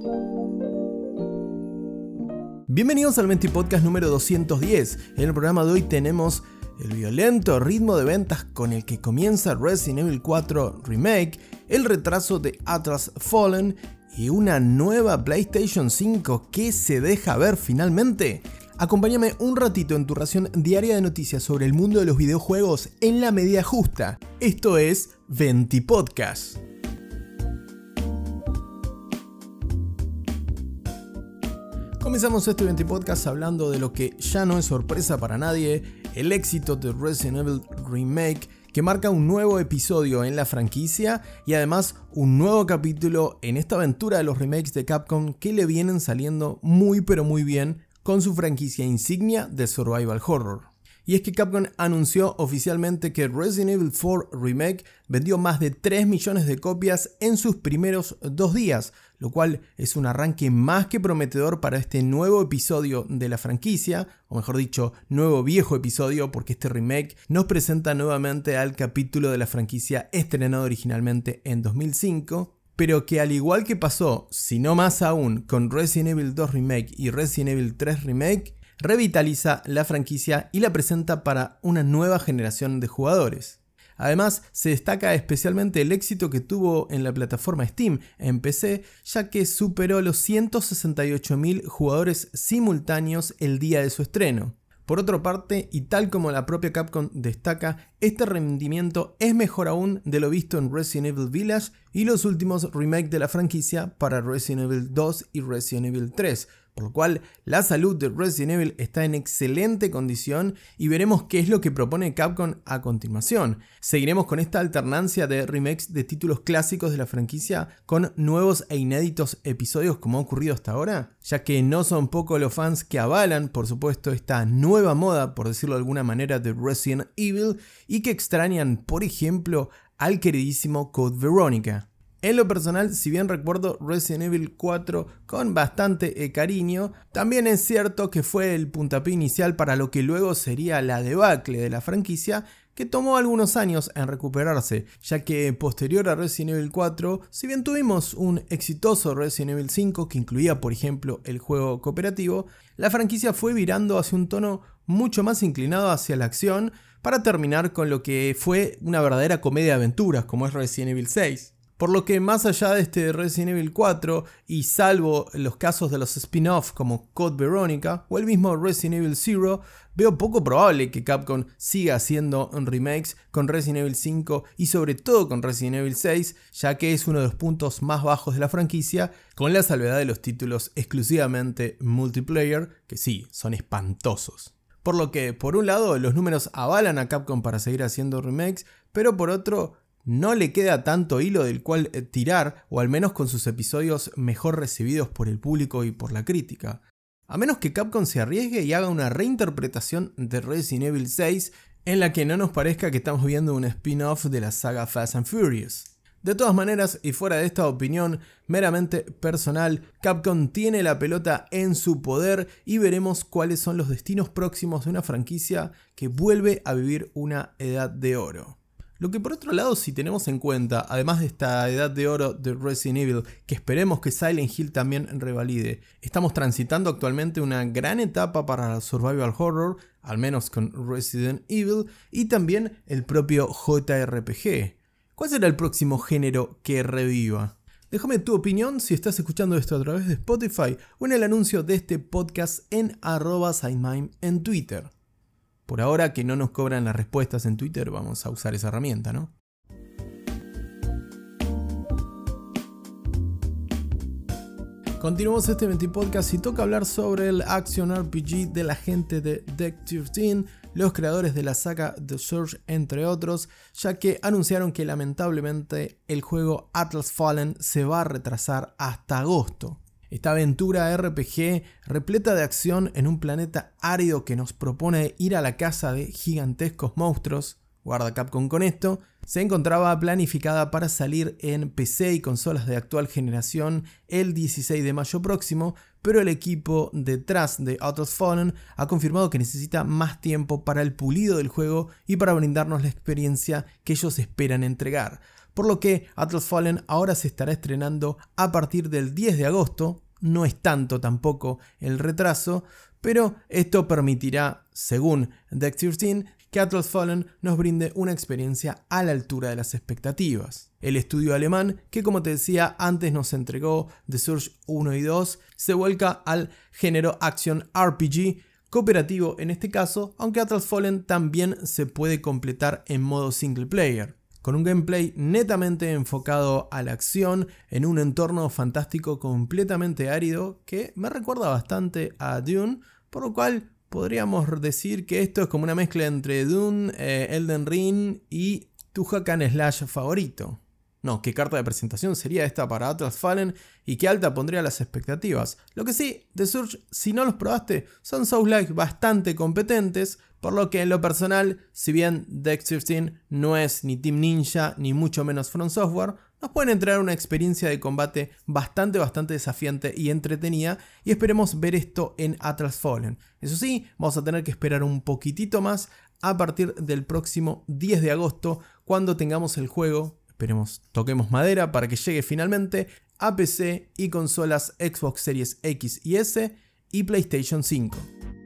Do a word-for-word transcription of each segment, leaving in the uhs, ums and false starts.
Bienvenidos al Menti Podcast número doscientos diez. En el programa de hoy tenemos el violento ritmo de ventas con el que comienza Resident Evil cuatro Remake, el retraso de Atlas Fallen y una nueva PlayStation cinco que se deja ver finalmente. Acompáñame un ratito en tu ración diaria de noticias sobre el mundo de los videojuegos en la medida justa. Esto es Menti Podcast. Comenzamos este Menti Podcast hablando de lo que ya no es sorpresa para nadie, el éxito de Resident Evil Remake, que marca un nuevo episodio en la franquicia y además un nuevo capítulo en esta aventura de los remakes de Capcom que le vienen saliendo muy pero muy bien con su franquicia insignia de Survival Horror. Y es que Capcom anunció oficialmente que Resident Evil cuatro Remake vendió más de tres millones de copias en sus primeros dos días, lo cual es un arranque más que prometedor para este nuevo episodio de la franquicia, o mejor dicho, nuevo viejo episodio, porque este remake nos presenta nuevamente al capítulo de la franquicia estrenado originalmente en dos mil cinco, pero que al igual que pasó, si no más aún, con Resident Evil dos Remake y Resident Evil tres Remake, revitaliza la franquicia y la presenta para una nueva generación de jugadores. Además, se destaca especialmente el éxito que tuvo en la plataforma Steam en P C, ya que superó los ciento sesenta y ocho mil jugadores simultáneos el día de su estreno. Por otra parte, y tal como la propia Capcom destaca, este rendimiento es mejor aún de lo visto en Resident Evil Village y los últimos remakes de la franquicia para Resident Evil dos y Resident Evil tres, por lo cual la salud de Resident Evil está en excelente condición y veremos qué es lo que propone Capcom a continuación. ¿Seguiremos con esta alternancia de remakes de títulos clásicos de la franquicia con nuevos e inéditos episodios como ha ocurrido hasta ahora? Ya que no son pocos los fans que avalan, por supuesto, esta nueva moda, por decirlo de alguna manera, de Resident Evil y que extrañan, por ejemplo, al queridísimo Code Veronica. En lo personal, si bien recuerdo Resident Evil cuatro con bastante eh, cariño, también es cierto que fue el puntapié inicial para lo que luego sería la debacle de la franquicia, que tomó algunos años en recuperarse, ya que posterior a Resident Evil cuatro, si bien tuvimos un exitoso Resident Evil cinco que incluía por ejemplo el juego cooperativo, la franquicia fue virando hacia un tono mucho más inclinado hacia la acción para terminar con lo que fue una verdadera comedia de aventuras como es Resident Evil seis. Por lo que más allá de este Resident Evil cuatro, y salvo los casos de los spin-off como Code Veronica o el mismo Resident Evil cero, veo poco probable que Capcom siga haciendo remakes con Resident Evil cinco y sobre todo con Resident Evil seis, ya que es uno de los puntos más bajos de la franquicia, con la salvedad de los títulos exclusivamente multiplayer, que sí, son espantosos. Por lo que, por un lado, los números avalan a Capcom para seguir haciendo remakes, pero por otro, no le queda tanto hilo del cual tirar, o al menos con sus episodios mejor recibidos por el público y por la crítica. A menos que Capcom se arriesgue y haga una reinterpretación de Resident Evil seis en la que no nos parezca que estamos viendo un spin-off de la saga Fast and Furious. De todas maneras, y fuera de esta opinión meramente personal, Capcom tiene la pelota en su poder y veremos cuáles son los destinos próximos de una franquicia que vuelve a vivir una edad de oro. Lo que por otro lado, si tenemos en cuenta, además de esta edad de oro de Resident Evil, que esperemos que Silent Hill también revalide, estamos transitando actualmente una gran etapa para Survival Horror, al menos con Resident Evil, y también el propio J R P G. ¿Cuál será el próximo género que reviva? Déjame tu opinión si estás escuchando esto a través de Spotify o en el anuncio de este podcast en arroba SideMime en Twitter. Por ahora que no nos cobran las respuestas en Twitter, vamos a usar esa herramienta, ¿no? Continuamos este Menti Podcast y toca hablar sobre el Action R P G de la gente de Deck trece, los creadores de la saga The Surge entre otros, ya que anunciaron que lamentablemente el juego Atlas Fallen se va a retrasar hasta agosto. Esta aventura R P G repleta de acción en un planeta árido que nos propone ir a la caza de gigantescos monstruos, guarda Capcom con esto, se encontraba planificada para salir en P C y consolas de actual generación el dieciséis de mayo próximo, pero el equipo detrás de Atlas Fallen ha confirmado que necesita más tiempo para el pulido del juego y para brindarnos la experiencia que ellos esperan entregar. por lo que Atlas Fallen ahora se estará estrenando a partir del diez de agosto. No es tanto tampoco el retraso, pero esto permitirá, según Deck trece, que Atlas Fallen nos brinde una experiencia a la altura de las expectativas. El estudio alemán, que como te decía antes nos entregó The Surge uno y dos, se vuelca al género Action R P G, cooperativo en este caso, aunque Atlas Fallen también se puede completar en modo single player, con un gameplay netamente enfocado a la acción en un entorno fantástico completamente árido que me recuerda bastante a Dune, por lo cual podríamos decir que esto es como una mezcla entre Dune, eh, Elden Ring y tu hack and slash favorito. No, qué carta de presentación sería esta para Atlas Fallen y qué alta pondría las expectativas. Lo que sí, The Surge, si no los probaste, son Souls-like bastante competentes, por lo que en lo personal, si bien Deck trece no es ni Team Ninja ni mucho menos From Software, nos pueden entregar una experiencia de combate bastante bastante desafiante y entretenida, y esperemos ver esto en Atlas Fallen. Eso sí, vamos a tener que esperar un poquitito más a partir del próximo diez de agosto, cuando tengamos el juego. Esperemos, toquemos madera para que llegue finalmente a P C y consolas Xbox Series X y S y PlayStation cinco.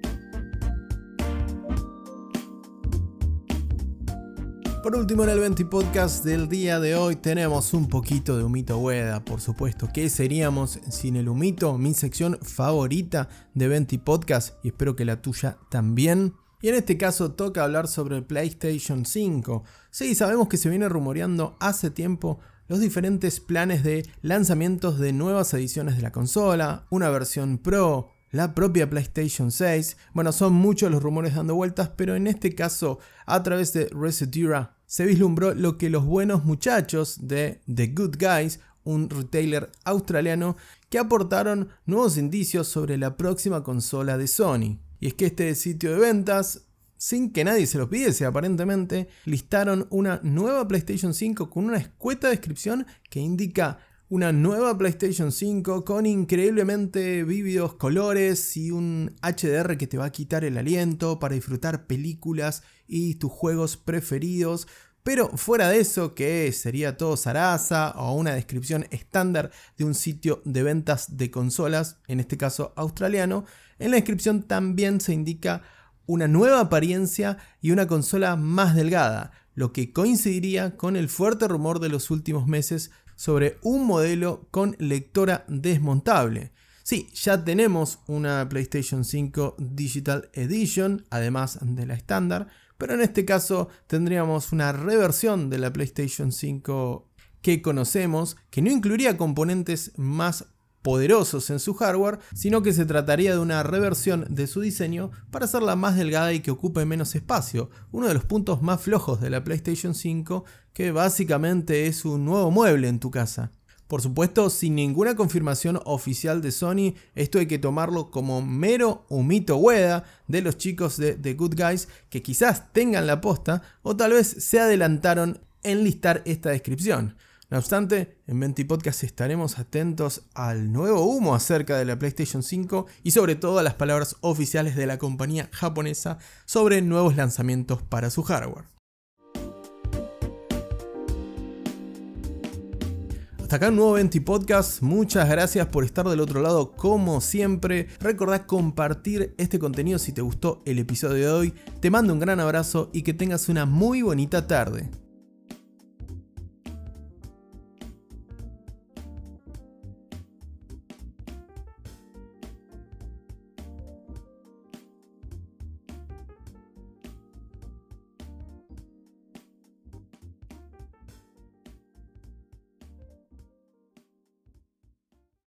Por último, en el Venti Podcast del día de hoy tenemos un poquito de Humito Ueda, por supuesto. ¿Qué seríamos sin el humito? Mi sección favorita de Venti Podcast, y espero que la tuya también. Y en este caso toca hablar sobre el PlayStation cinco. Sí, sabemos que se viene rumoreando hace tiempo los diferentes planes de lanzamientos de nuevas ediciones de la consola, una versión Pro, la propia PlayStation seis. Bueno, son muchos los rumores dando vueltas, pero en este caso, a través de Resetera, se vislumbró lo que los buenos muchachos de The Good Guys, un retailer australiano, que aportaron nuevos indicios sobre la próxima consola de Sony. Y es que este sitio de ventas, sin que nadie se lo pidiese aparentemente, listaron una nueva PlayStation cinco con una escueta descripción que indica una nueva PlayStation cinco con increíblemente vívidos colores y un H D R que te va a quitar el aliento para disfrutar películas y tus juegos preferidos. Pero fuera de eso, que sería todo zaraza o una descripción estándar de un sitio de ventas de consolas, en este caso australiano, en la descripción también se indica una nueva apariencia y una consola más delgada, lo que coincidiría con el fuerte rumor de los últimos meses sobre un modelo con lectora desmontable. Sí, ya tenemos una PlayStation cinco Digital Edition, además de la estándar, pero en este caso tendríamos una reversión de la PlayStation cinco que conocemos, que no incluiría componentes más poderosos en su hardware, sino que se trataría de una reversión de su diseño para hacerla más delgada y que ocupe menos espacio, uno de los puntos más flojos de la PlayStation cinco, que básicamente es un nuevo mueble en tu casa. Por supuesto, sin ninguna confirmación oficial de Sony, esto hay que tomarlo como mero humito Ueda de los chicos de The Good Guys, que quizás tengan la posta o tal vez se adelantaron en listar esta descripción. No obstante, en Venti Podcast estaremos atentos al nuevo humo acerca de la PlayStation cinco y sobre todo a las palabras oficiales de la compañía japonesa sobre nuevos lanzamientos para su hardware. Hasta acá un nuevo Venti Podcast, muchas gracias por estar del otro lado como siempre. Recordá compartir este contenido si te gustó el episodio de hoy. Te mando un gran abrazo y que tengas una muy bonita tarde.